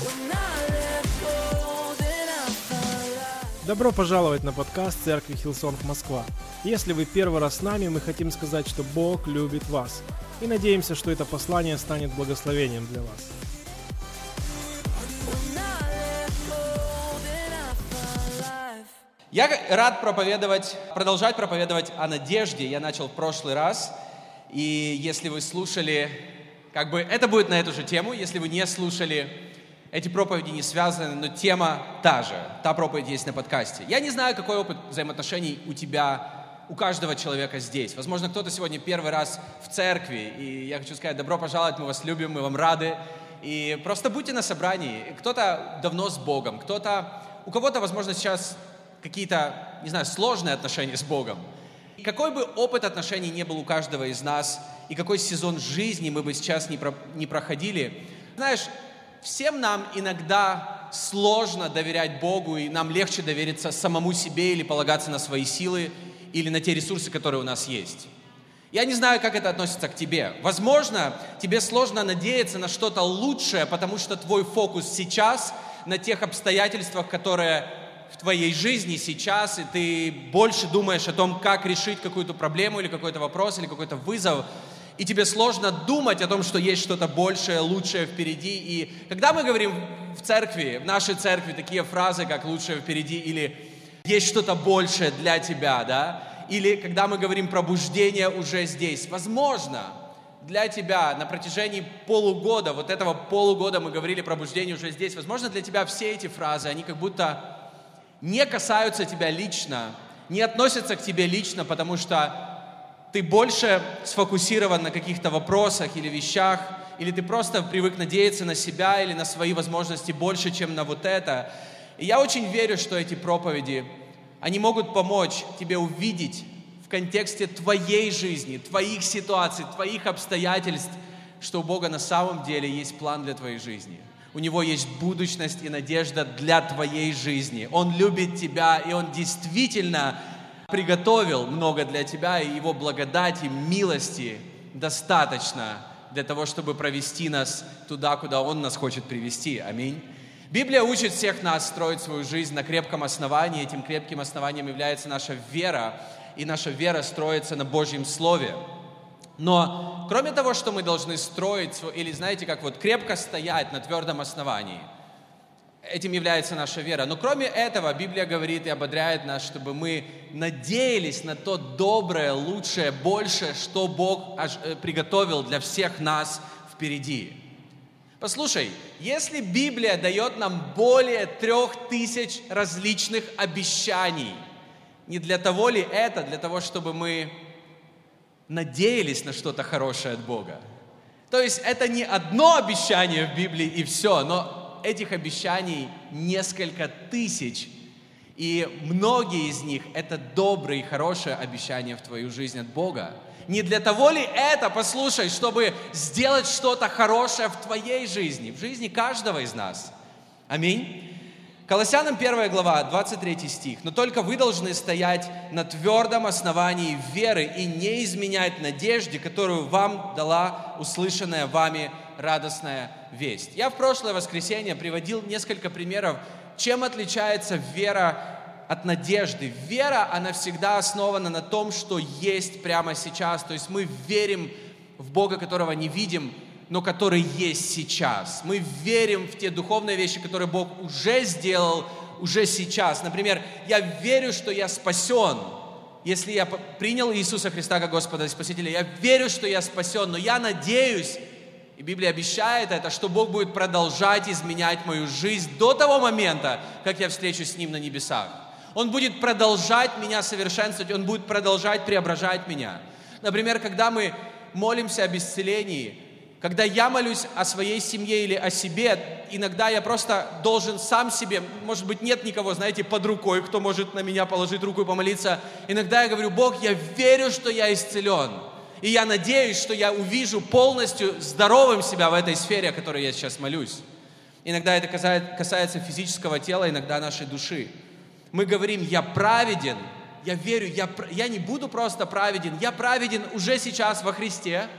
Добро пожаловать на подкаст Церкви Хиллсонг Москва. Если вы первый раз с нами, мы хотим сказать, что Бог любит вас. И надеемся, что это послание станет благословением для вас. Я рад продолжать проповедовать о надежде. Я начал в прошлый раз. И если вы слушали, это будет на эту же тему. Если вы не слушали, эти проповеди не связаны, но тема та же. Та проповедь есть на подкасте. Я не знаю, какой опыт взаимоотношений у каждого человека здесь. Возможно, кто-то сегодня первый раз в церкви. И я хочу сказать, добро пожаловать, мы вас любим, мы вам рады. И просто будьте на собрании. Кто-то давно с Богом, у кого-то, возможно, сейчас какие-то, сложные отношения с Богом. Какой бы опыт отношений не был у каждого из нас, и какой сезон жизни мы бы сейчас не проходили, всем нам иногда сложно доверять Богу, и нам легче довериться самому себе или полагаться на свои силы, или на те ресурсы, которые у нас есть. Я не знаю, как это относится к тебе. Возможно, тебе сложно надеяться на что-то лучшее, потому что твой фокус сейчас на тех обстоятельствах, которые в твоей жизни сейчас, и ты больше думаешь о том, как решить какую-то проблему, или какой-то вопрос, или какой-то вызов, и тебе сложно думать о том, что есть что-то большее, лучшее впереди. И когда мы говорим в церкви, в нашей церкви, такие фразы, как «лучшее впереди» или «есть что-то большее для тебя», да? Или когда мы говорим «пробуждение уже здесь», возможно, для тебя на протяжении полугода, вот этого полугода мы говорили «пробуждение уже здесь», возможно, для тебя все эти фразы, они как будто не касаются тебя лично, не относятся к тебе лично, потому что ты больше сфокусирован на каких-то вопросах или вещах, или ты просто привык надеяться на себя или на свои возможности больше, чем на вот это. И я очень верю, что эти проповеди, они могут помочь тебе увидеть в контексте твоей жизни, твоих ситуаций, твоих обстоятельств, что у Бога на самом деле есть план для твоей жизни. У Него есть будущность и надежда для твоей жизни. Он любит тебя, и Он действительно приготовил много для тебя, и Его благодати, милости достаточно для того, чтобы провести нас туда, куда Он нас хочет привести. Аминь. Библия учит всех нас строить свою жизнь на крепком основании. Этим крепким основанием является наша вера, и наша вера строится на Божьем Слове. Но кроме того, что мы должны строить, или крепко стоять на твердом основании, этим является наша вера. Но кроме этого, Библия говорит и ободряет нас, чтобы мы надеялись на то доброе, лучшее, большее, что Бог приготовил для всех нас впереди. Послушай, если Библия дает нам более 3000 различных обещаний, не для того ли это, для того, чтобы мы надеялись на что-то хорошее от Бога? То есть это не одно обещание в Библии и все, но этих обещаний несколько тысяч, и многие из них это добрые и хорошие обещания в твою жизнь от Бога. Не для того ли это, послушай, чтобы сделать что-то хорошее в твоей жизни, в жизни каждого из нас? Аминь. Колоссянам 1 глава, 23 стих. «Но только вы должны стоять на твердом основании веры и не изменять надежде, которую вам дала услышанная вами радостная весть». Я в прошлое воскресенье приводил несколько примеров, чем отличается вера от надежды. Вера, она всегда основана на том, что есть прямо сейчас. То есть мы верим в Бога, которого не видим, но который есть сейчас. Мы верим в те духовные вещи, которые Бог уже сделал, уже сейчас. Например, я верю, что я спасен. Если я принял Иисуса Христа как Господа и Спасителя, я верю, что я спасен, но я надеюсь, и Библия обещает это, что Бог будет продолжать изменять мою жизнь до того момента, как я встречусь с Ним на небесах. Он будет продолжать меня совершенствовать, Он будет продолжать преображать меня. Например, когда мы молимся об исцелении, когда я молюсь о своей семье или о себе, иногда я просто должен сам себе, может быть, нет никого, под рукой, кто может на меня положить руку и помолиться. Иногда я говорю: Бог, я верю, что я исцелен. И я надеюсь, что я увижу полностью здоровым себя в этой сфере, о которой я сейчас молюсь. Иногда это касается физического тела, иногда нашей души. Мы говорим: я праведен, я верю, я не буду просто праведен, я праведен уже сейчас во Христе.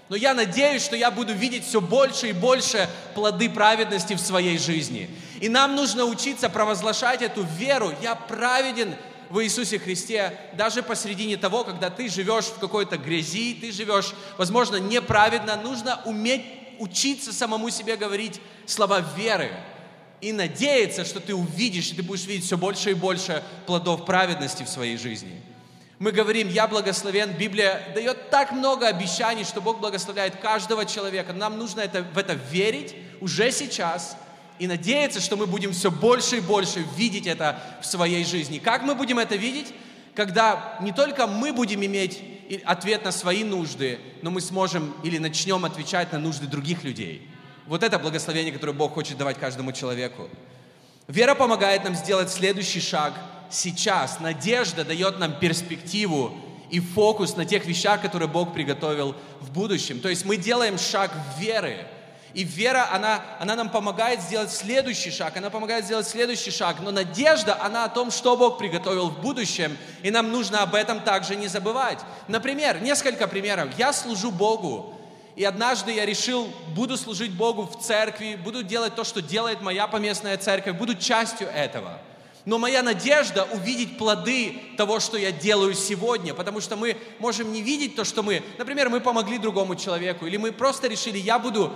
Но я надеюсь, что я буду видеть все больше и больше плоды праведности в своей жизни. И нам нужно учиться провозглашать эту веру. Я праведен в Иисусе Христе, даже посредине того, когда ты живешь в какой-то грязи, ты живешь, возможно, неправедно. Нужно уметь учиться самому себе говорить слова веры и надеяться, что ты увидишь, и ты будешь видеть все больше и больше плодов праведности в своей жизни. Мы говорим, я благословен. Библия дает так много обещаний, что Бог благословляет каждого человека. Нам нужно в это верить уже сейчас и надеяться, что мы будем все больше и больше видеть это в своей жизни. Как мы будем это видеть? Когда не только мы будем иметь ответ на свои нужды, но мы сможем или начнем отвечать на нужды других людей. Вот это благословение, которое Бог хочет давать каждому человеку. Вера помогает нам сделать следующий шаг сейчас. Надежда дает нам перспективу и фокус на тех вещах, которые Бог приготовил в будущем. То есть мы делаем шаг веры. И вера, она нам помогает сделать следующий шаг. Она помогает сделать следующий шаг. Но надежда, она о том, что Бог приготовил в будущем. И нам нужно об этом также не забывать. Например, несколько примеров. Я служу Богу. И однажды я решил, буду служить Богу в церкви, буду делать то, что делает моя поместная церковь, буду частью этого. Но моя надежда увидеть плоды того, что я делаю сегодня, потому что мы можем не видеть то, что например, мы помогли другому человеку, или мы просто решили, я буду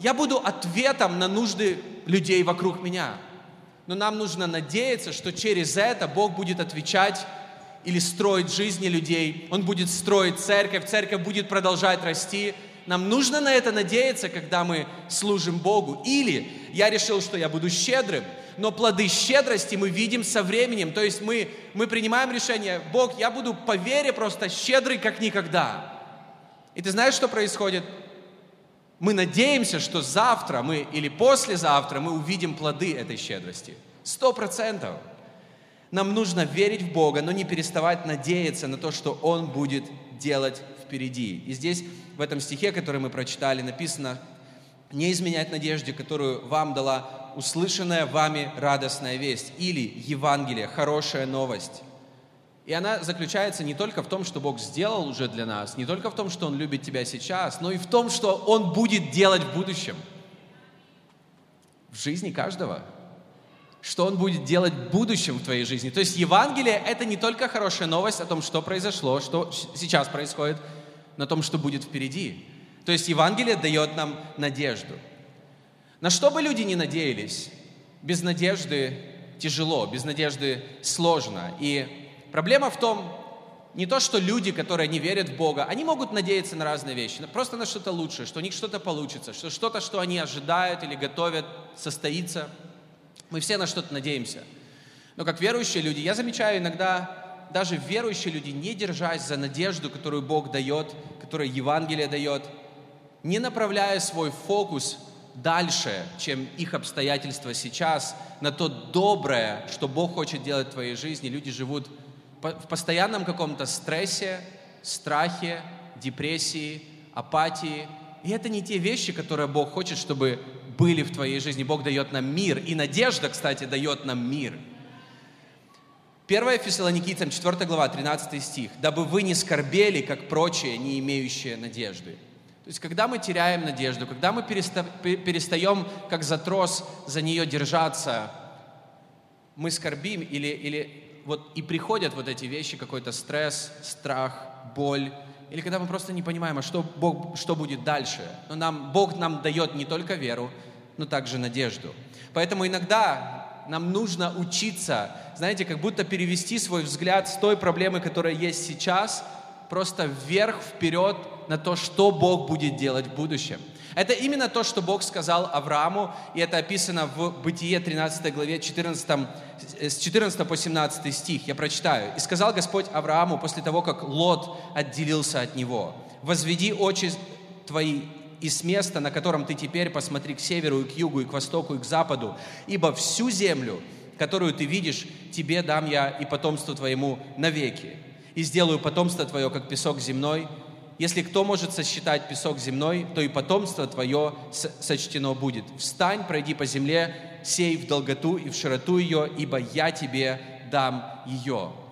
ответом на нужды людей вокруг меня. Но нам нужно надеяться, что через это Бог будет отвечать или строить жизни людей, Он будет строить церковь будет продолжать расти. Нам нужно на это надеяться, когда мы служим Богу. Или я решил, что я буду щедрым, но плоды щедрости мы видим со временем. То есть мы принимаем решение, Бог, я буду по вере просто щедрый, как никогда. И ты знаешь, что происходит? Мы надеемся, что завтра или послезавтра мы увидим плоды этой щедрости. 100%. Нам нужно верить в Бога, но не переставать надеяться на то, что Он будет делать впереди. И здесь, в этом стихе, который мы прочитали, написано: «Не изменять надежде, которую вам дала услышанная вами радостная весть» или Евангелие, хорошая новость. И она заключается не только в том, что Бог сделал уже для нас, не только в том, что Он любит тебя сейчас, но и в том, что Он будет делать в будущем, в жизни каждого. Что Он будет делать в будущем в твоей жизни. То есть Евангелие – это не только хорошая новость о том, что произошло, что сейчас происходит, но о том, что будет впереди. То есть Евангелие дает нам надежду. На что бы люди ни надеялись, без надежды тяжело, без надежды сложно. И проблема в том, не то, что люди, которые не верят в Бога, они могут надеяться на разные вещи, просто на что-то лучшее, что у них что-то получится, что что-то, что они ожидают или готовят, состоится. Мы все на что-то надеемся. Но как верующие люди, я замечаю иногда, даже верующие люди, не держась за надежду, которую Бог дает, которую Евангелие дает, не направляя свой фокус дальше, чем их обстоятельства сейчас, на то доброе, что Бог хочет делать в твоей жизни, люди живут в постоянном каком-то стрессе, страхе, депрессии, апатии. И это не те вещи, которые Бог хочет, чтобы были в твоей жизни. Бог дает нам мир. И надежда, кстати, дает нам мир. 1 Фессалоникийцам, 4 глава, 13 стих. «Дабы вы не скорбели, как прочие, не имеющие надежды». То есть, когда мы теряем надежду, когда мы перестаем, как за трос, за нее держаться, мы скорбим и приходят вот эти вещи, какой-то стресс, страх, боль, или когда мы просто не понимаем, что будет дальше. Но Бог нам дает не только веру, но также надежду. Поэтому иногда нам нужно учиться, знаете, как будто перевести свой взгляд с той проблемы, которая есть сейчас, просто вверх, вперед на то, что Бог будет делать в будущем. Это именно то, что Бог сказал Аврааму, и это описано в Бытие 13 главе, с 14 по 17 стих. Я прочитаю. «И сказал Господь Аврааму после того, как Лот отделился от него: возведи очи твои и с места, на котором ты теперь, посмотри к северу и к югу, и к востоку, и к западу, ибо всю землю, которую ты видишь, тебе дам я и потомству твоему навеки. И сделаю потомство твое, как песок земной. Если кто может сосчитать песок земной, то и потомство твое сочтено будет. Встань, пройди по земле, сей в долготу и в широту ее, ибо я тебе дам ее».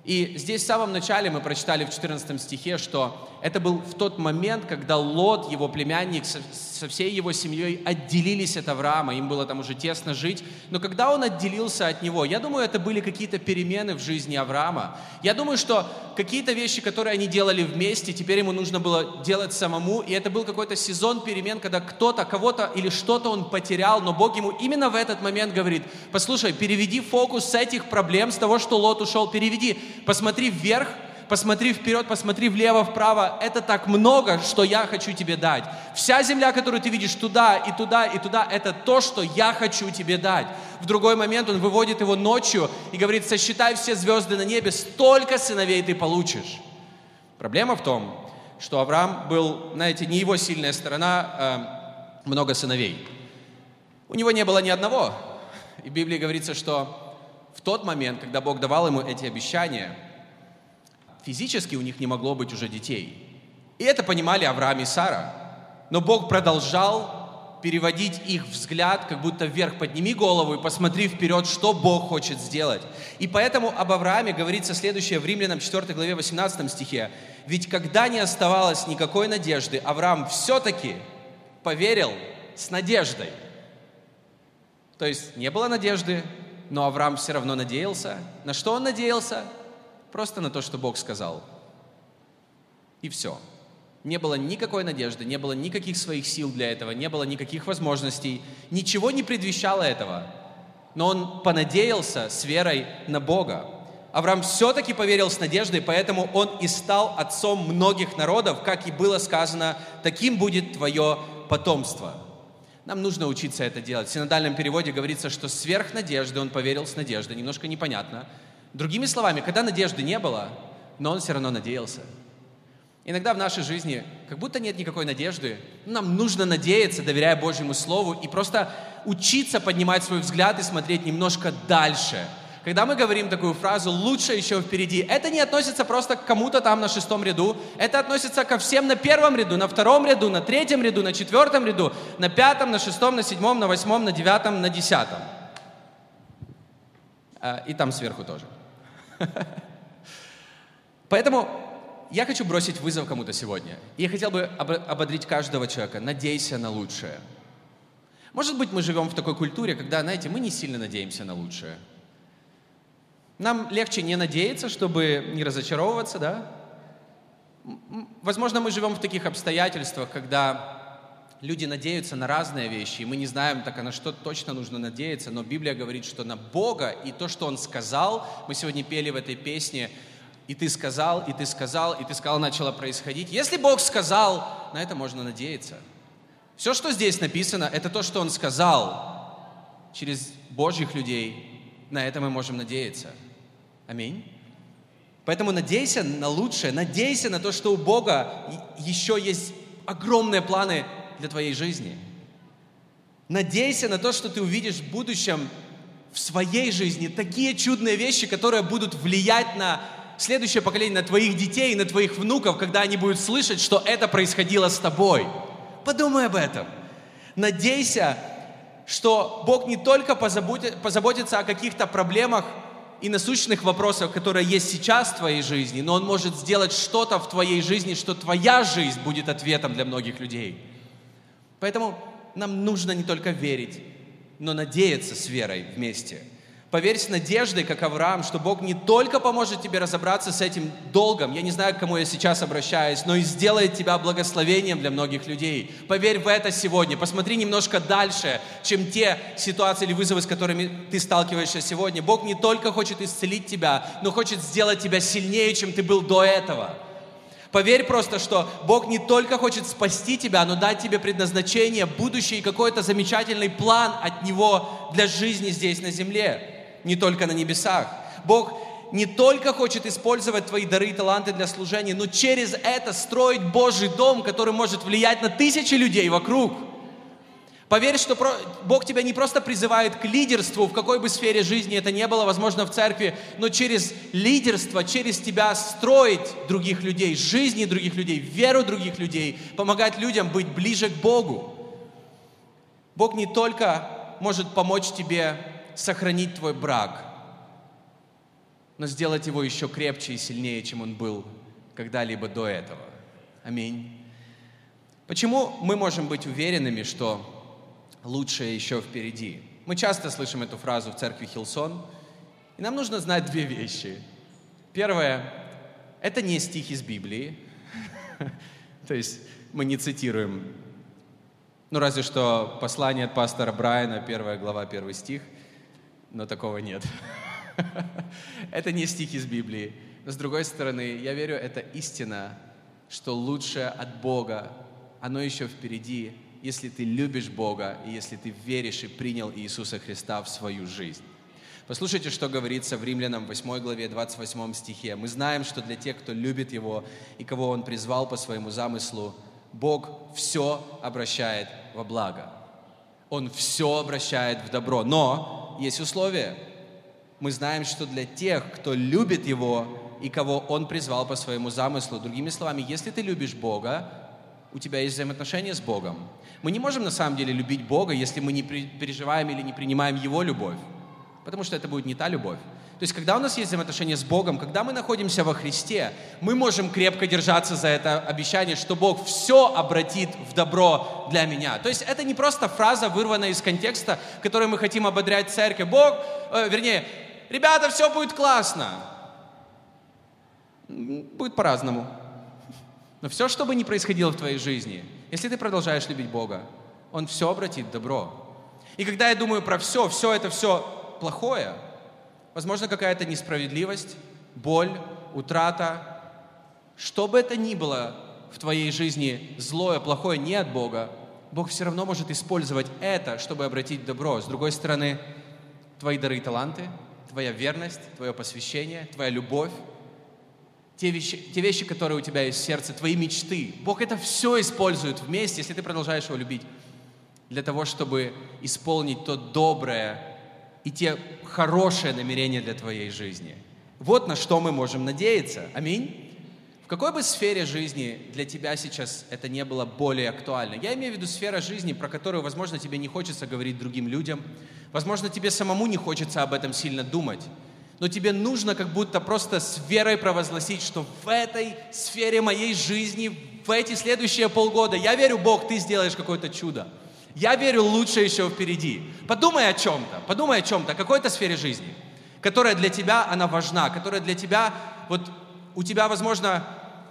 И здесь в самом начале мы прочитали в 14 стихе, что это был в тот момент, когда Лот, его племянник, со всей его семьей отделились от Авраама. Им было там уже тесно жить. Но когда он отделился от него, я думаю, это были какие-то перемены в жизни Авраама. Я думаю, что какие-то вещи, которые они делали вместе, теперь ему нужно было делать самому. И это был какой-то сезон перемен, когда кто-то, кого-то или что-то он потерял. Но Бог ему именно в этот момент говорит: послушай, переведи фокус с этих проблем, с того, что Лот ушел, переведи. Посмотри вверх, посмотри вперед, посмотри влево, вправо. Это так много, что я хочу тебе дать. Вся земля, которую ты видишь туда и туда и туда, это то, что я хочу тебе дать. В другой момент он выводит его ночью и говорит: сосчитай все звезды на небе, столько сыновей ты получишь. Проблема в том, что Авраам был, знаете, не его сильная сторона, много сыновей. У него не было ни одного. И в Библии говорится, что в тот момент, когда Бог давал ему эти обещания, физически у них не могло быть уже детей. И это понимали Авраам и Сара. Но Бог продолжал переводить их взгляд, как будто вверх: подними голову и посмотри вперед, что Бог хочет сделать. И поэтому об Аврааме говорится следующее в Римлянам 4 главе 18 стихе. Ведь когда не оставалось никакой надежды, Авраам все-таки поверил с надеждой. То есть не было надежды, но Авраам все равно надеялся. На что он надеялся? Просто на то, что Бог сказал. И все. Не было никакой надежды, не было никаких своих сил для этого, не было никаких возможностей. Ничего не предвещало этого. Но он понадеялся с верой на Бога. Авраам все-таки поверил с надеждой, поэтому он и стал отцом многих народов, как и было сказано: таким будет твое потомство. Нам нужно учиться это делать. В синодальном переводе говорится, что сверх надежды он поверил с надеждой. Немножко непонятно. Другими словами, когда надежды не было, но он все равно надеялся. Иногда в нашей жизни как будто нет никакой надежды. Нам нужно надеяться, доверяя Божьему Слову, и просто учиться поднимать свой взгляд и смотреть немножко дальше. Когда мы говорим такую фразу «лучше еще впереди», это не относится просто к кому-то там на 6-м ряду, это относится ко всем на 1-м ряду, на 2-м ряду, на 3-м ряду, на 4-м ряду, на 5-м, на 6-м, на 7-м, на 8-м, на 9-м, на 10-м. И там сверху тоже. Поэтому я хочу бросить вызов кому-то сегодня. И я хотел бы ободрить каждого человека: надейся на лучшее. Может быть, мы живем в такой культуре, когда, знаете, мы не сильно надеемся на лучшее. Нам легче не надеяться, чтобы не разочаровываться, да? Возможно, мы живем в таких обстоятельствах, когда люди надеются на разные вещи, и мы не знаем, так, а на что точно нужно надеяться, но Библия говорит, что на Бога и то, что Он сказал. Мы сегодня пели в этой песне: «И ты сказал, и ты сказал, и ты сказал», начало происходить. Если Бог сказал, на это можно надеяться. Все, что здесь написано, это то, что Он сказал через Божьих людей. На это мы можем надеяться. Аминь. Поэтому надейся на лучшее, надейся на то, что у Бога еще есть огромные планы для твоей жизни. Надейся на то, что ты увидишь в будущем в своей жизни такие чудные вещи, которые будут влиять на следующее поколение, на твоих детей, на твоих внуков, когда они будут слышать, что это происходило с тобой. Подумай об этом. Надейся, что Бог не только позаботится о каких-то проблемах и насущных вопросах, которые есть сейчас в твоей жизни, но Он может сделать что-то в твоей жизни, что твоя жизнь будет ответом для многих людей. Поэтому нам нужно не только верить, но надеяться с верой вместе. Поверь с надеждой, как Авраам, что Бог не только поможет тебе разобраться с этим долгом, я не знаю, к кому я сейчас обращаюсь, но и сделает тебя благословением для многих людей. Поверь в это сегодня. Посмотри немножко дальше, чем те ситуации или вызовы, с которыми ты сталкиваешься сегодня. Бог не только хочет исцелить тебя, но хочет сделать тебя сильнее, чем ты был до этого. Поверь просто, что Бог не только хочет спасти тебя, но дать тебе предназначение, будущее и какой-то замечательный план от Него для жизни здесь на земле. Не только на небесах. Бог не только хочет использовать твои дары и таланты для служения, но через это строить Божий дом, который может влиять на тысячи людей вокруг. Поверь, что Бог тебя не просто призывает к лидерству, в какой бы сфере жизни это ни было, возможно, в церкви, но через лидерство, через тебя строить других людей, жизни других людей, веру других людей, помогать людям быть ближе к Богу. Бог не только может помочь тебе сохранить твой брак, но сделать его еще крепче и сильнее, чем он был когда-либо до этого. Аминь. Почему мы можем быть уверенными, что лучшее еще впереди? Мы часто слышим эту фразу в церкви Хиллсон, и нам нужно знать две вещи. Первое – это не стих из Библии, то есть мы не цитируем, разве что послание от пастора Брайана, 1 глава, 1 стих, но такого нет. Это не стих из Библии. Но с другой стороны, я верю, это истина, что лучшее от Бога, оно еще впереди, если ты любишь Бога и если ты веришь и принял Иисуса Христа в свою жизнь. Послушайте, что говорится в Римлянам 8 главе 28 стихе. «Мы знаем, что для тех, кто любит Его и кого Он призвал по своему замыслу, Бог все обращает во благо». Он все обращает в добро. Но есть условия. Мы знаем, что для тех, кто любит Его и кого Он призвал по своему замыслу, другими словами, если ты любишь Бога, у тебя есть взаимоотношения с Богом. Мы не можем на самом деле любить Бога, если мы не переживаем или не принимаем Его любовь, потому что это будет не та любовь. То есть, когда у нас есть взаимоотношения с Богом, когда мы находимся во Христе, мы можем крепко держаться за это обещание, что Бог все обратит в добро для меня. То есть, это не просто фраза, вырванная из контекста, которой мы хотим ободрять церковь. Ребята, все будет классно. Будет по-разному. Но все, что бы ни происходило в твоей жизни, если ты продолжаешь любить Бога, Он все обратит в добро. И когда я думаю про все плохое, возможно, какая-то несправедливость, боль, утрата, что бы это ни было в твоей жизни злое, плохое, не от Бога, Бог все равно может использовать это, чтобы обратить в добро. С другой стороны, твои дары и таланты, твоя верность, твое посвящение, твоя любовь, те вещи, которые у тебя есть в сердце, твои мечты, Бог это все использует вместе, если ты продолжаешь Его любить, для того, чтобы исполнить то доброе и те хорошие намерения для твоей жизни. Вот на что мы можем надеяться. Аминь. В какой бы сфере жизни для тебя сейчас это не было более актуально? Я имею в виду сфера жизни, про которую, возможно, тебе не хочется говорить другим людям. Возможно, тебе самому не хочется об этом сильно думать. Но тебе нужно как будто просто с верой провозгласить, что в этой сфере моей жизни, в эти следующие полгода, я верю, Бог, Ты сделаешь какое-то чудо. Я верю, лучше еще впереди. Подумай о чем-то, о какой-то сфере жизни, которая для тебя, она важна, которая для тебя, у тебя, возможно,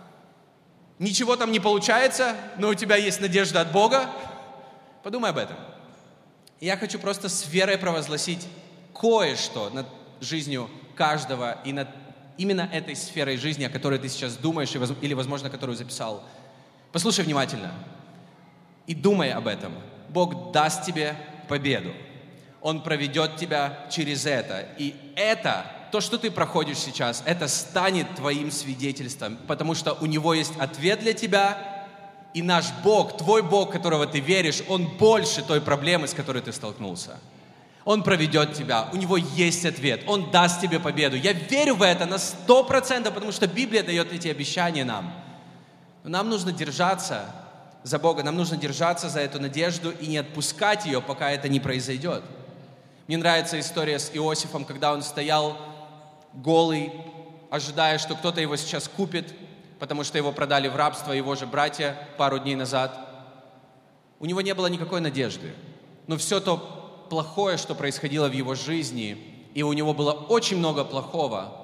ничего там не получается, но у тебя есть надежда от Бога. Подумай об этом. Я хочу просто с верой провозгласить кое-что над жизнью каждого и над именно этой сферой жизни, о которой ты сейчас думаешь или, возможно, которую записал. Послушай внимательно и думай об этом. Бог даст тебе победу. Он проведет тебя через это. И это, то, что ты проходишь сейчас, это станет твоим свидетельством, потому что у Него есть ответ для тебя, и наш Бог, твой Бог, которого ты веришь, Он больше той проблемы, с которой ты столкнулся. Он проведет тебя, у Него есть ответ, Он даст тебе победу. Я верю в это на 100%, потому что Библия дает эти обещания нам. Но нам нужно держаться за Бога, нам нужно держаться за эту надежду и не отпускать ее, пока это не произойдет. Мне нравится история с Иосифом, когда он стоял голый, ожидая, что кто-то его сейчас купит, потому что его продали в рабство его же братья пару дней назад. У него не было никакой надежды, но все то плохое, что происходило в его жизни, и у него было очень много плохого.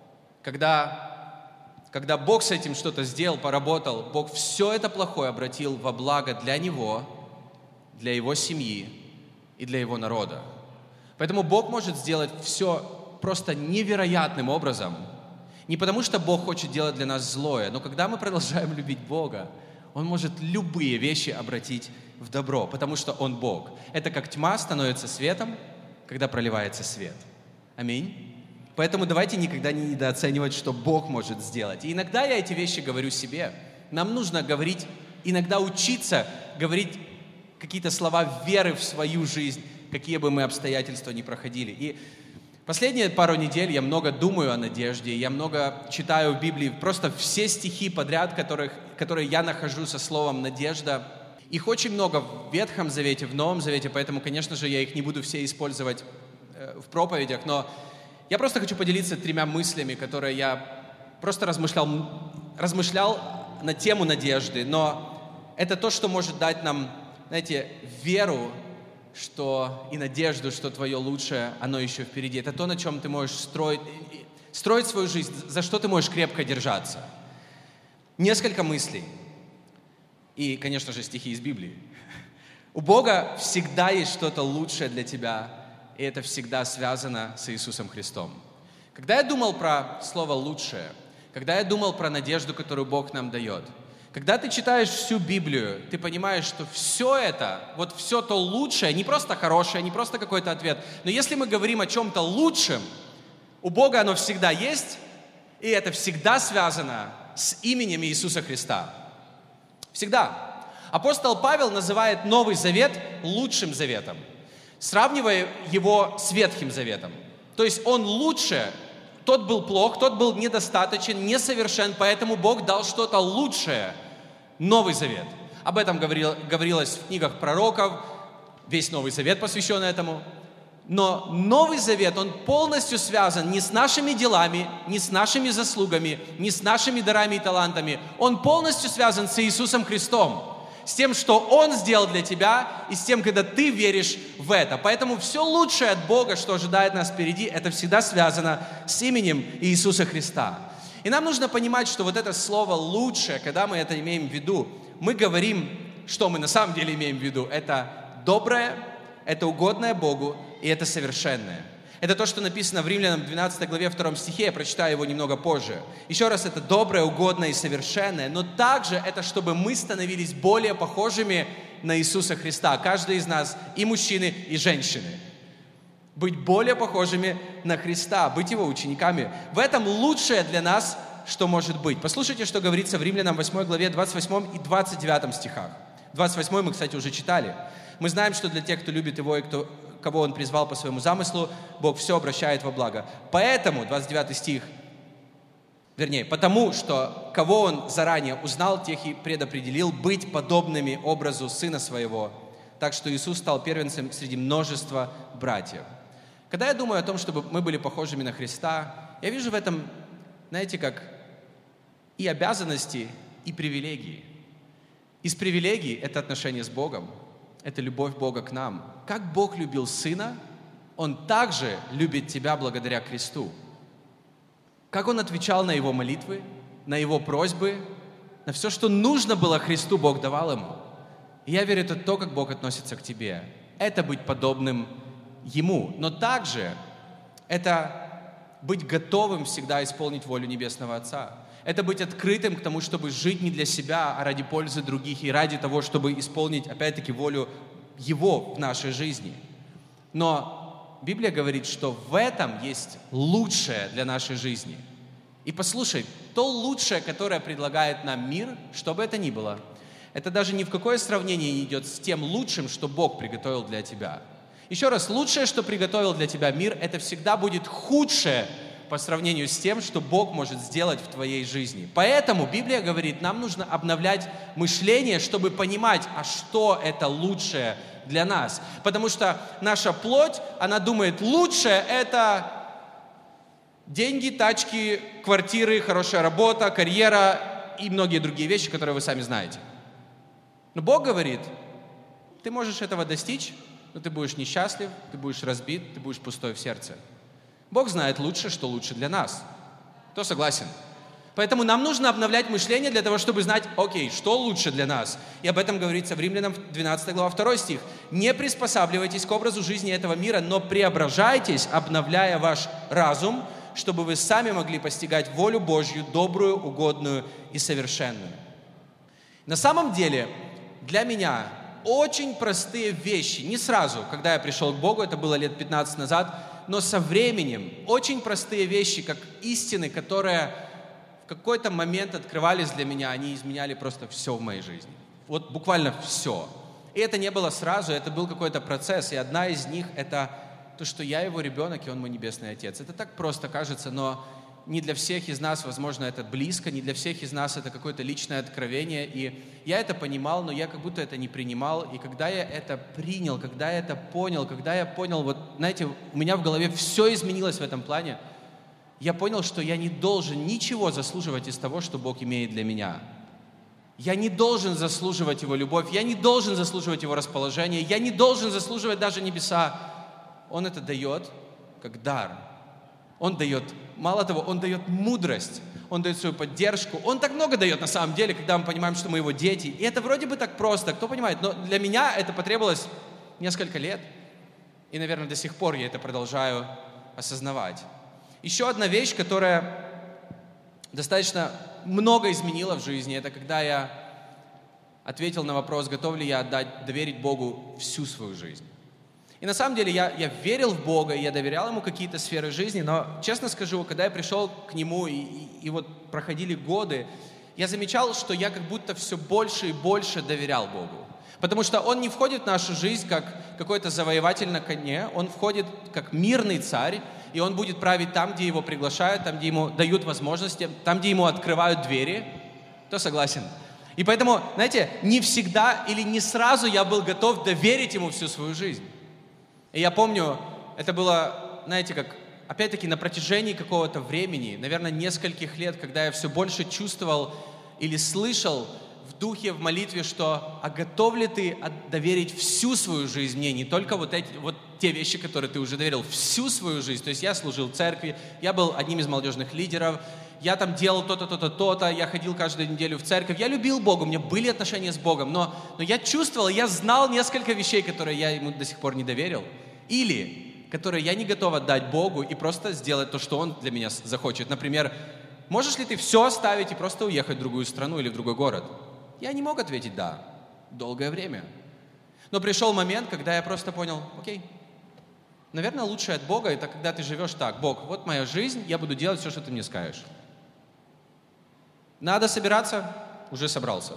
Когда Бог с этим что-то сделал, поработал, Бог все это плохое обратил во благо для него, для его семьи и для его народа. Поэтому Бог может сделать все просто невероятным образом. Не потому, что Бог хочет делать для нас злое, но когда мы продолжаем любить Бога, Он может любые вещи обратить в добро, потому что Он Бог. Это как тьма становится светом, когда проливается свет. Аминь. Поэтому давайте никогда не недооценивать, что Бог может сделать. И иногда я эти вещи говорю себе. Нам нужно говорить, иногда учиться говорить какие-то слова веры в свою жизнь, какие бы мы обстоятельства ни проходили. И последние пару недель я много думаю о надежде, я много читаю в Библии, просто все стихи подряд, которые я нахожу со словом «надежда». Их очень много в Ветхом Завете, в Новом Завете, поэтому, конечно же, я их не буду все использовать в проповедях, но Я просто хочу поделиться 3 мыслями, которые я просто размышлял на тему надежды, но это то, что может дать нам, знаете, веру, что и надежду, что твое лучшее, оно еще впереди. Это то, на чем ты можешь строить свою жизнь, за что ты можешь крепко держаться. Несколько мыслей. И, конечно же, стихи из Библии. У Бога всегда есть что-то лучшее для тебя, и это всегда связано с Иисусом Христом. Когда я думал про слово «лучшее», когда я думал про надежду, которую Бог нам дает, когда ты читаешь всю Библию, ты понимаешь, что все это, вот все то лучшее, не просто хорошее, не просто какой-то ответ, но если мы говорим о чем-то лучшем, у Бога оно всегда есть, и это всегда связано с именем Иисуса Христа. Всегда. Апостол Павел называет Новый Завет лучшим заветом, сравнивая его с Ветхим Заветом. То есть он лучше, тот был плох, тот был недостаточен, несовершен, поэтому Бог дал что-то лучшее, Новый Завет. Об этом говорилось в книгах пророков, весь Новый Завет посвящен этому. Но Новый Завет, он полностью связан не с нашими делами, не с нашими заслугами, не с нашими дарами и талантами. Он полностью связан с Иисусом Христом, с тем, что Он сделал для тебя, и с тем, когда ты веришь в это. Поэтому все лучшее от Бога, что ожидает нас впереди, это всегда связано с именем Иисуса Христа. И нам нужно понимать, что вот это слово «лучшее», когда мы это имеем в виду, мы говорим, что мы на самом деле имеем в виду. Это доброе, это угодное Богу, и это совершенное. Это то, что написано в Римлянам 12 главе 2 стихе, я прочитаю его немного позже. Еще раз, это доброе, угодное и совершенное, но также это, чтобы мы становились более похожими на Иисуса Христа. Каждый из нас, и мужчины, и женщины. Быть более похожими на Христа, быть Его учениками. В этом лучшее для нас, что может быть. Послушайте, что говорится в Римлянам 8 главе 28 и 29 стихах. 28 мы, кстати, уже читали. Мы знаем, что для тех, кто любит Его и кого Он призвал по своему замыслу, Бог все обращает во благо. Поэтому, 29 стих, потому что кого Он заранее узнал, тех и предопределил быть подобными образу Сына Своего, так что Иисус стал первенцем среди множества братьев. Когда я думаю о том, чтобы мы были похожими на Христа, я вижу в этом, знаете, как и обязанности, и привилегии. Из привилегий – это отношение с Богом, это любовь Бога к нам. Как Бог любил Сына, Он также любит тебя благодаря кресту. Как Он отвечал на Его молитвы, на Его просьбы, на все, что нужно было Христу, Бог давал Ему. И я верю, это то, как Бог относится к тебе. Это быть подобным Ему. Но также это быть готовым всегда исполнить волю Небесного Отца. Это быть открытым к тому, чтобы жить не для себя, а ради пользы других и ради того, чтобы исполнить, опять-таки, волю Его в нашей жизни. Но Библия говорит, что в этом есть лучшее для нашей жизни. И послушай, то лучшее, которое предлагает нам мир, что бы это ни было, это даже ни в какое сравнение не идет с тем лучшим, что Бог приготовил для тебя. Еще раз, лучшее, что приготовил для тебя мир, это всегда будет худшее по сравнению с тем, что Бог может сделать в твоей жизни. Поэтому Библия говорит, нам нужно обновлять мышление, чтобы понимать, а что это лучшее для нас. Потому что наша плоть, она думает, лучшее это деньги, тачки, квартиры, хорошая работа, карьера и многие другие вещи, которые вы сами знаете. Но Бог говорит, ты можешь этого достичь, но ты будешь несчастлив, ты будешь разбит, ты будешь пустой в сердце. Бог знает лучше, что лучше для нас. Кто согласен? Поэтому нам нужно обновлять мышление для того, чтобы знать, окей, что лучше для нас. И об этом говорится в Римлянам 12 глава 2 стих. «Не приспосабливайтесь к образу жизни этого мира, но преображайтесь, обновляя ваш разум, чтобы вы сами могли постигать волю Божью, добрую, угодную и совершенную». На самом деле, для меня очень простые вещи, не сразу, когда я пришел к Богу, это было лет 15 назад, но со временем очень простые вещи, как истины, которые в какой-то момент открывались для меня, они изменяли просто все в моей жизни. Вот буквально все. И это не было сразу, это был какой-то процесс. И одна из них – это то, что я его ребенок, и он мой небесный отец. Это так просто кажется, но не для всех из нас, возможно, это близко, не для всех из нас это какое-то личное откровение. И я это понимал, но я как будто это не принимал. И когда я это принял, когда я это понял, когда я понял, вот, знаете, у меня в голове все изменилось в этом плане. Я понял, что я не должен ничего заслуживать из того, что Бог имеет для меня. Я не должен заслуживать Его любовь, я не должен заслуживать Его расположение, я не должен заслуживать даже небеса. Он это дает как дар. Он дает, мало того, Он дает мудрость, Он дает свою поддержку. Он так много дает на самом деле, когда мы понимаем, что мы Его дети. И это вроде бы так просто, кто понимает, но для меня это потребовалось несколько лет. И, наверное, до сих пор я это продолжаю осознавать. Еще одна вещь, которая достаточно много изменила в жизни, это когда я ответил на вопрос, готов ли я доверить Богу всю свою жизнь. И на самом деле я верил в Бога, я доверял Ему какие-то сферы жизни, но, честно скажу, когда я пришел к Нему, и вот проходили годы, я замечал, что я как будто все больше и больше доверял Богу. Потому что Он не входит в нашу жизнь как какой-то завоеватель на коне, Он входит как мирный царь, и Он будет править там, где Его приглашают, там, где Ему дают возможности, там, где Ему открывают двери. Кто согласен? И поэтому, знаете, не всегда или не сразу я был готов доверить Ему всю свою жизнь. И я помню, это было, знаете, как, опять-таки, на протяжении какого-то времени, наверное, нескольких лет, когда я все больше чувствовал или слышал в духе, в молитве, что «А готов ли ты доверить всю свою жизнь мне?» Не только вот те вещи, которые ты уже доверил, всю свою жизнь. То есть я служил в церкви, я был одним из молодежных лидеров, я там делал то-то, то-то, то-то, я ходил каждую неделю в церковь, я любил Бога, у меня были отношения с Богом, но я чувствовал, я знал несколько вещей, которые я Ему до сих пор не доверил, или которые я не готов отдать Богу и просто сделать то, что Он для меня захочет. Например, можешь ли ты все оставить и просто уехать в другую страну или в другой город? Я не мог ответить «да» долгое время. Но пришел момент, когда я просто понял, окей, наверное, лучшее от Бога — это когда ты живешь так: Бог, вот моя жизнь, я буду делать все, что ты мне скажешь. Надо собираться? Уже собрался.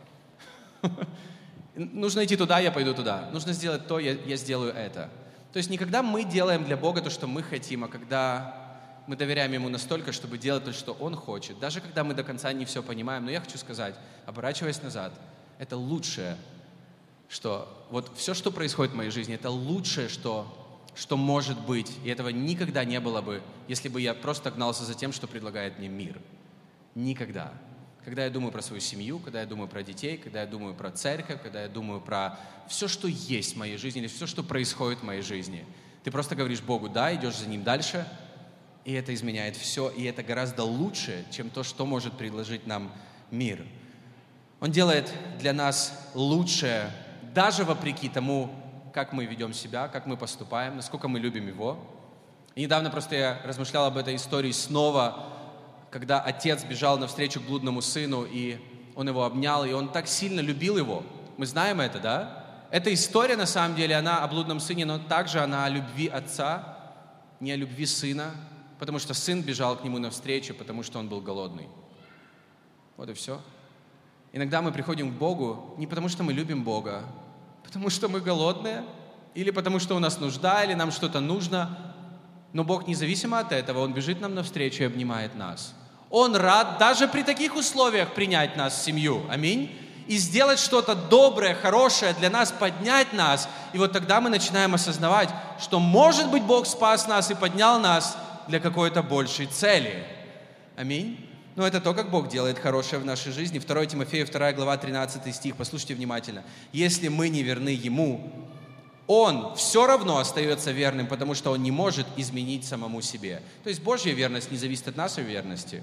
Нужно идти туда, я пойду туда. Нужно сделать то, я сделаю это. То есть не когда мы делаем для Бога то, что мы хотим, а когда мы доверяем Ему настолько, чтобы делать то, что Он хочет. Даже когда мы до конца не все понимаем. Но я хочу сказать, оборачиваясь назад, это лучшее, что... Вот все, что происходит в моей жизни, это лучшее, что может быть. И этого никогда не было бы, если бы я просто гнался за тем, что предлагает мне мир. Никогда. Когда я думаю про свою семью, когда я думаю про детей, когда я думаю про церковь, когда я думаю про все, что есть в моей жизни, или все, что происходит в моей жизни, ты просто говоришь Богу «да», идешь за Ним дальше, и это изменяет все, и это гораздо лучше, чем то, что может предложить нам мир. Он делает для нас лучшее, даже вопреки тому, как мы ведем себя, как мы поступаем, насколько мы любим Его. И недавно просто я размышлял об этой истории снова, когда отец бежал навстречу к блудному сыну, и он его обнял, и он так сильно любил его. Мы знаем это, да? Эта история, на самом деле, она о блудном сыне, но также она о любви отца, не о любви сына, потому что сын бежал к нему навстречу, потому что он был голодный. Вот и все. Иногда мы приходим к Богу не потому, что мы любим Бога, потому что мы голодные, или потому что у нас нужда, или нам что-то нужно. Но Бог, независимо от этого, Он бежит нам навстречу и обнимает нас. Он рад даже при таких условиях принять нас в семью. Аминь. И сделать что-то доброе, хорошее для нас, поднять нас. И вот тогда мы начинаем осознавать, что, может быть, Бог спас нас и поднял нас для какой-то большей цели. Аминь. Но это то, как Бог делает хорошее в нашей жизни. 2 Тимофею, 2 глава, 13 стих. Послушайте внимательно. «Если мы не верны Ему, Он все равно остается верным, потому что Он не может изменить самому себе». То есть Божья верность не зависит от нашей верности.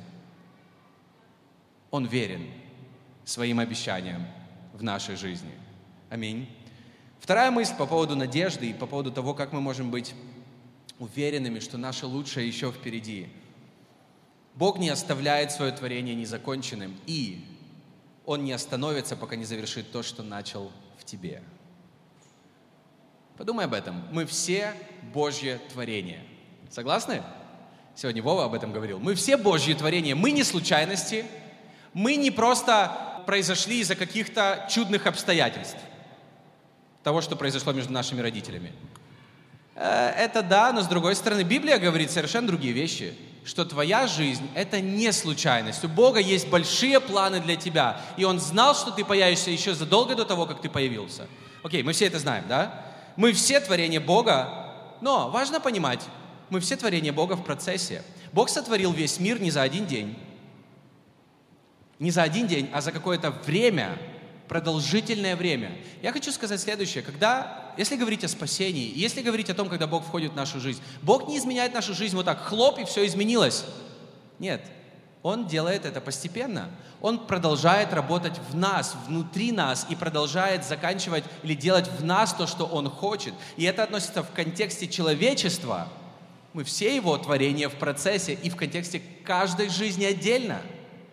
Он верен своим обещаниям в нашей жизни. Аминь. Вторая мысль по поводу надежды и по поводу того, как мы можем быть уверенными, что наше лучшее еще впереди. Бог не оставляет свое творение незаконченным, и Он не остановится, пока не завершит то, что начал в тебе. Подумай об этом. Мы все Божье творение. Согласны? Сегодня Вова об этом говорил. Мы все Божье творение. Мы не случайности. Мы не просто произошли из-за каких-то чудных обстоятельств. Того, что произошло между нашими родителями. Это да, но с другой стороны, Библия говорит совершенно другие вещи. что твоя жизнь – это не случайность. У Бога есть большие планы для тебя. И Он знал, что ты появишься еще задолго до того, как ты появился. Окей, мы все это знаем, да? Мы все творение Бога, но важно понимать, мы все творение Бога в процессе. Бог сотворил весь мир не за один день. Не за один день, а за какое-то время, продолжительное время. Я хочу сказать следующее. Если говорить о спасении, если говорить о том, когда Бог входит в нашу жизнь, Бог не изменяет нашу жизнь вот так, хлоп, и все изменилось. Нет. Он делает это постепенно. Он продолжает работать в нас, внутри нас, и продолжает заканчивать или делать в нас то, что Он хочет. И это относится в контексте человечества. Мы все Его творения в процессе, и в контексте каждой жизни отдельно.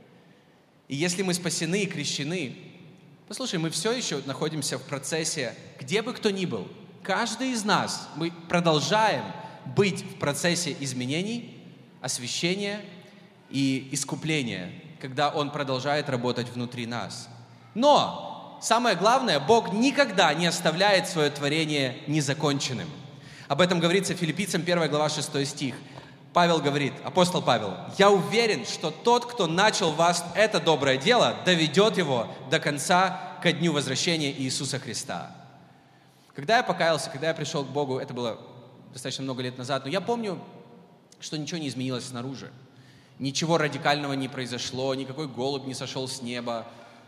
И если мы спасены и крещены, послушай, мы все еще находимся в процессе, где бы кто ни был. Каждый из нас, мы продолжаем быть в процессе изменений, освящения и искупления, когда Он продолжает работать внутри нас. Но самое главное, Бог никогда не оставляет свое творение незаконченным. Об этом говорится в Филиппийцам 1 глава 6 стих. Павел говорит, апостол Павел: «Я уверен, что тот, кто начал в вас это доброе дело, доведет его до конца ко дню возвращения Иисуса Христа». Когда я покаялся, когда я пришел к Богу, это было достаточно много лет назад, но я помню, что ничего не изменилось снаружи. Ничего радикального не произошло, никакой голубь не сошел с неба,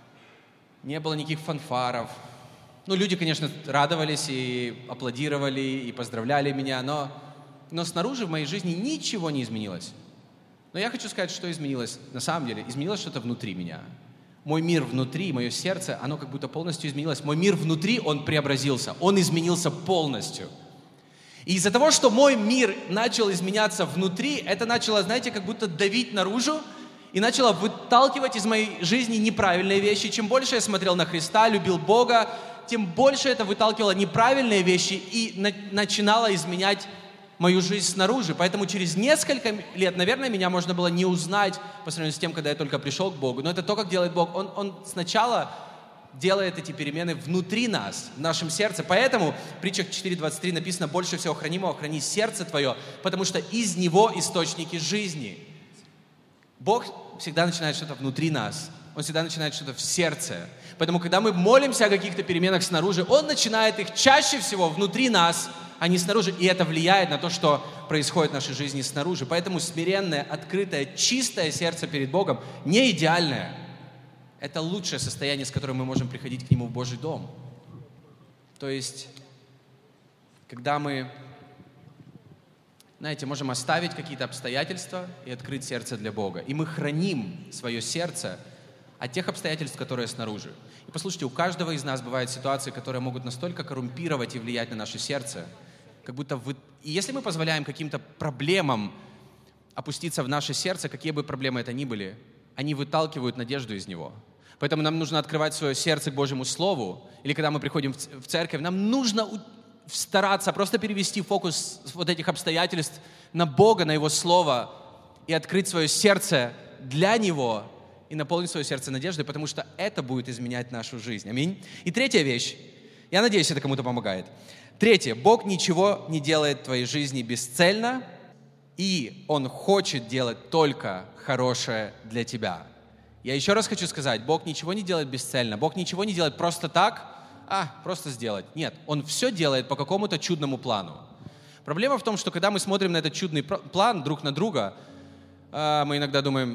не было никаких фанфаров. Люди, конечно, радовались и аплодировали, и поздравляли меня, но снаружи в моей жизни ничего не изменилось. Но я хочу сказать, что изменилось на самом деле. Изменилось что-то внутри меня. Мой мир внутри, мое сердце, оно как будто полностью изменилось. Мой мир внутри, он преобразился, он изменился полностью. И из-за того, что мой мир начал изменяться внутри, это начало, знаете, как будто давить наружу и начало выталкивать из моей жизни неправильные вещи. Чем больше я смотрел на Христа, любил Бога, тем больше это выталкивало неправильные вещи и начинало изменять мою жизнь снаружи. Поэтому через несколько лет, наверное, меня можно было не узнать по сравнению с тем, когда я только пришел к Богу. Но это то, как делает Бог. Он сначала делает эти перемены внутри нас, в нашем сердце. Поэтому в притчах 4:23 написано: «Больше всего хранимого храни сердце твое, потому что из него источники жизни». Бог всегда начинает что-то внутри нас. Он всегда начинает что-то в сердце. Поэтому, когда мы молимся о каких-то переменах снаружи, Он начинает их чаще всего внутри нас, а не снаружи. И это влияет на то, что происходит в нашей жизни снаружи. Поэтому смиренное, открытое, чистое сердце перед Богом не идеальное. Это лучшее состояние, с которым мы можем приходить к Нему в Божий дом. То есть, когда мы, можем оставить какие-то обстоятельства и открыть сердце для Бога. И мы храним свое сердце от тех обстоятельств, которые снаружи. И послушайте, у каждого из нас бывают ситуации, которые могут настолько коррумпировать и влиять на наше сердце, как будто И если мы позволяем каким-то проблемам опуститься в наше сердце, какие бы проблемы это ни были, они выталкивают надежду из него. Поэтому нам нужно открывать свое сердце к Божьему Слову. Или когда мы приходим в церковь, нам нужно стараться просто перевести фокус с вот этих обстоятельств на Бога, на Его Слово, и открыть свое сердце для Него, и наполнить свое сердце надеждой, потому что это будет изменять нашу жизнь. Аминь. И третья вещь. Я надеюсь, это кому-то помогает. Третье. Бог ничего не делает в твоей жизни бесцельно, и Он хочет делать только хорошее для тебя. Я еще раз хочу сказать, Бог ничего не делает бесцельно. Бог ничего не делает просто так, просто сделать. Нет, Он все делает по какому-то чудному плану. Проблема в том, что когда мы смотрим на этот чудный план друг на друга, мы иногда думаем,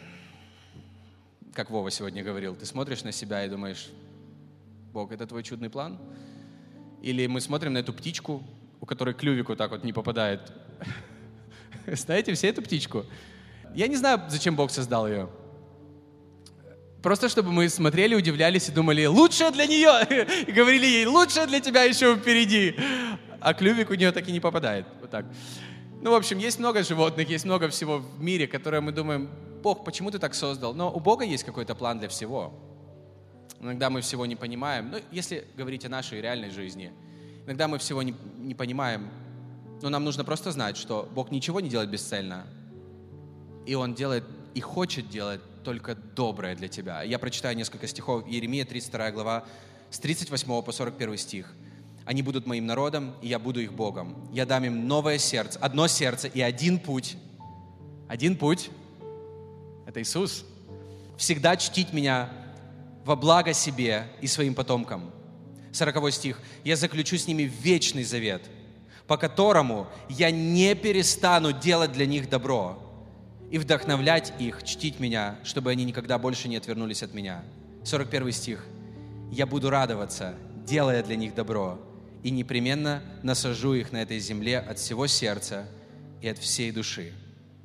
как Вова сегодня говорил, ты смотришь на себя и думаешь: Бог, это твой чудный план? Или мы смотрим на эту птичку, у которой клювик вот так вот не попадает. Знаете, все эту птичку? Я не знаю, зачем Бог создал ее. Просто чтобы мы смотрели, удивлялись и думали: лучшее для нее! И говорили ей: лучшее для тебя еще впереди! А клювик у нее так и не попадает. Вот так. В общем, есть много животных, есть много всего в мире, которое мы думаем: Бог, почему ты так создал? Но у Бога есть какой-то план для всего. Иногда мы всего не понимаем. Если говорить о нашей реальной жизни, иногда мы всего не понимаем. Но нам нужно просто знать, что Бог ничего не делает бесцельно. И Он делает и хочет делать только доброе для тебя. Я прочитаю несколько стихов. Иеремия, 32 глава, с 38 по 41 стих. «Они будут моим народом, и я буду их Богом. Я дам им новое сердце, одно сердце и один путь. Один путь – это Иисус. Всегда чтить меня во благо себе и своим потомкам. 40 стих. «Я заключу с ними вечный завет, по которому я не перестану делать для них добро и вдохновлять их чтить меня, чтобы они никогда больше не отвернулись от меня». 41 стих. «Я буду радоваться, делая для них добро, и непременно насажу их на этой земле от всего сердца и от всей души».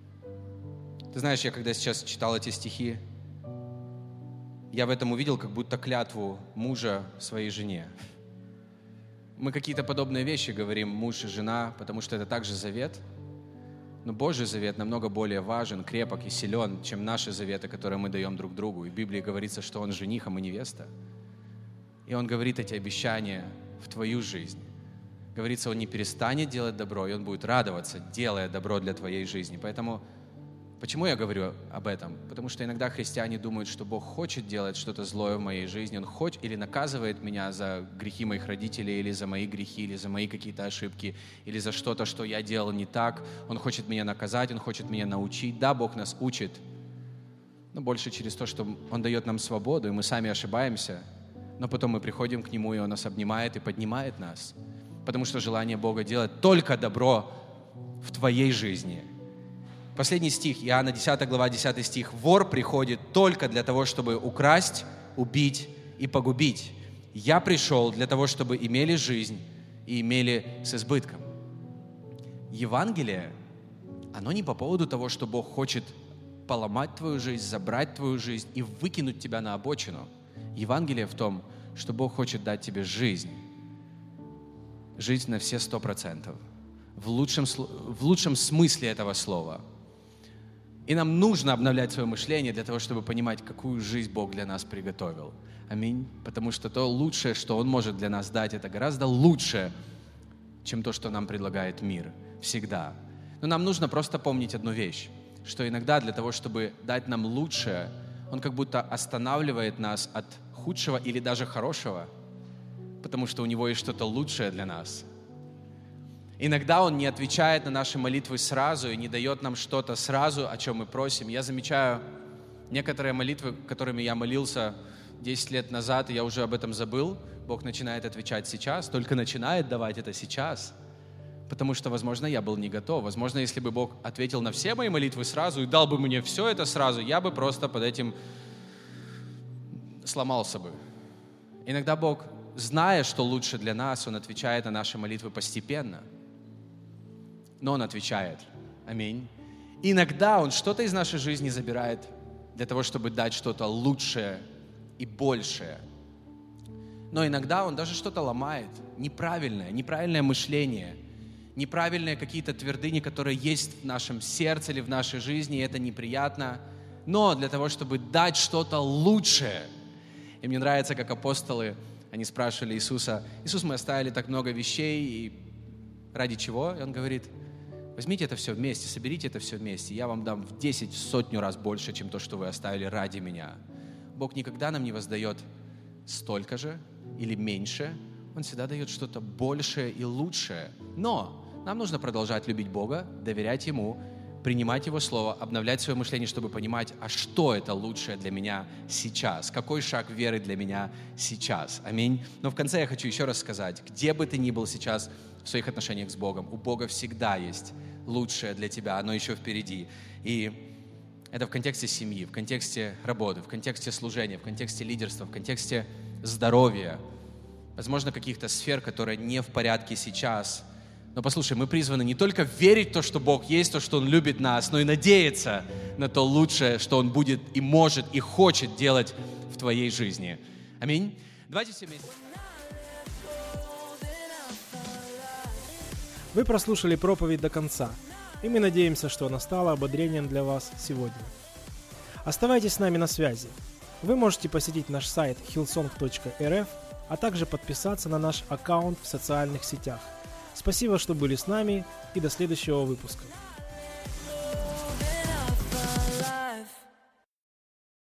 Ты знаешь, я когда сейчас читал эти стихи, я в этом увидел как будто клятву мужа своей жене. Мы какие-то подобные вещи говорим, муж и жена, потому что это также завет. Но Божий завет намного более важен, крепок и силен, чем наши заветы, которые мы даем друг другу. И в Библии говорится, что Он жених, а мы невеста. И Он говорит эти обещания в твою жизнь. Говорится, Он не перестанет делать добро, и Он будет радоваться, делая добро для твоей жизни. Поэтому почему я говорю об этом? Потому что иногда христиане думают, что Бог хочет делать что-то злое в моей жизни. Он хочет или наказывает меня за грехи моих родителей, или за мои грехи, или за мои какие-то ошибки, или за что-то, что я делал не так. Он хочет меня наказать, Он хочет меня научить. Да, Бог нас учит, но больше через то, что Он дает нам свободу, и мы сами ошибаемся. Но потом мы приходим к Нему, и Он нас обнимает и поднимает нас. Потому что желание Бога делать только добро в твоей жизни. Последний стих, Иоанна 10 глава, 10 стих. «Вор приходит только для того, чтобы украсть, убить и погубить. Я пришел для того, чтобы имели жизнь и имели с избытком». Евангелие, оно не по поводу того, что Бог хочет поломать твою жизнь, забрать твою жизнь и выкинуть тебя на обочину. Евангелие в том, что Бог хочет дать тебе жизнь. Жизнь на все 100%. В лучшем смысле этого слова. И нам нужно обновлять свое мышление для того, чтобы понимать, какую жизнь Бог для нас приготовил. Аминь. Потому что то лучшее, что Он может для нас дать, это гораздо лучше, чем то, что нам предлагает мир. Всегда. Но нам нужно просто помнить одну вещь, что иногда для того, чтобы дать нам лучшее, Он как будто останавливает нас от худшего или даже хорошего, потому что у Него есть что-то лучшее для нас. Иногда Он не отвечает на наши молитвы сразу и не дает нам что-то сразу, о чем мы просим. Я замечаю некоторые молитвы, которыми я молился 10 лет назад, и я уже об этом забыл. Бог начинает отвечать сейчас, только начинает давать это сейчас. Потому что, возможно, я был не готов. Возможно, если бы Бог ответил на все мои молитвы сразу и дал бы мне все это сразу, я бы просто под этим сломался бы. Иногда Бог, зная, что лучше для нас, Он отвечает на наши молитвы постепенно. Но Он отвечает. Аминь. Иногда Он что-то из нашей жизни забирает для того, чтобы дать что-то лучшее и большее. Но иногда Он даже что-то ломает. Неправильное мышление, неправильные какие-то твердыни, которые есть в нашем сердце или в нашей жизни, и это неприятно. Но для того, чтобы дать что-то лучшее. И мне нравится, как апостолы, они спрашивали Иисуса: «Иисус, мы оставили так много вещей, и ради чего?» И Он говорит: возьмите это все вместе, соберите это все вместе, я вам дам в 10, в 100 раз больше, чем то, что вы оставили ради меня. Бог никогда нам не воздает столько же или меньше, Он всегда дает что-то большее и лучшее. Но нам нужно продолжать любить Бога, доверять Ему, принимать Его Слово, обновлять свое мышление, чтобы понимать, а что это лучшее для меня сейчас, какой шаг веры для меня сейчас. Аминь. Но в конце я хочу еще раз сказать, где бы ты ни был сейчас в своих отношениях с Богом, у Бога всегда есть лучшее для тебя, оно еще впереди. И это в контексте семьи, в контексте работы, в контексте служения, в контексте лидерства, в контексте здоровья, возможно, каких-то сфер, которые не в порядке сейчас. Но послушай, мы призваны не только верить в то, что Бог есть, то, что Он любит нас, но и надеяться на то лучшее, что Он будет и может, и хочет делать в твоей жизни. Аминь. Давайте все вместе. Вы прослушали проповедь до конца, и мы надеемся, что она стала ободрением для вас сегодня. Оставайтесь с нами на связи. Вы можете посетить наш сайт hillsong.rf, а также подписаться на наш аккаунт в социальных сетях. Спасибо, что были с нами, и до следующего выпуска.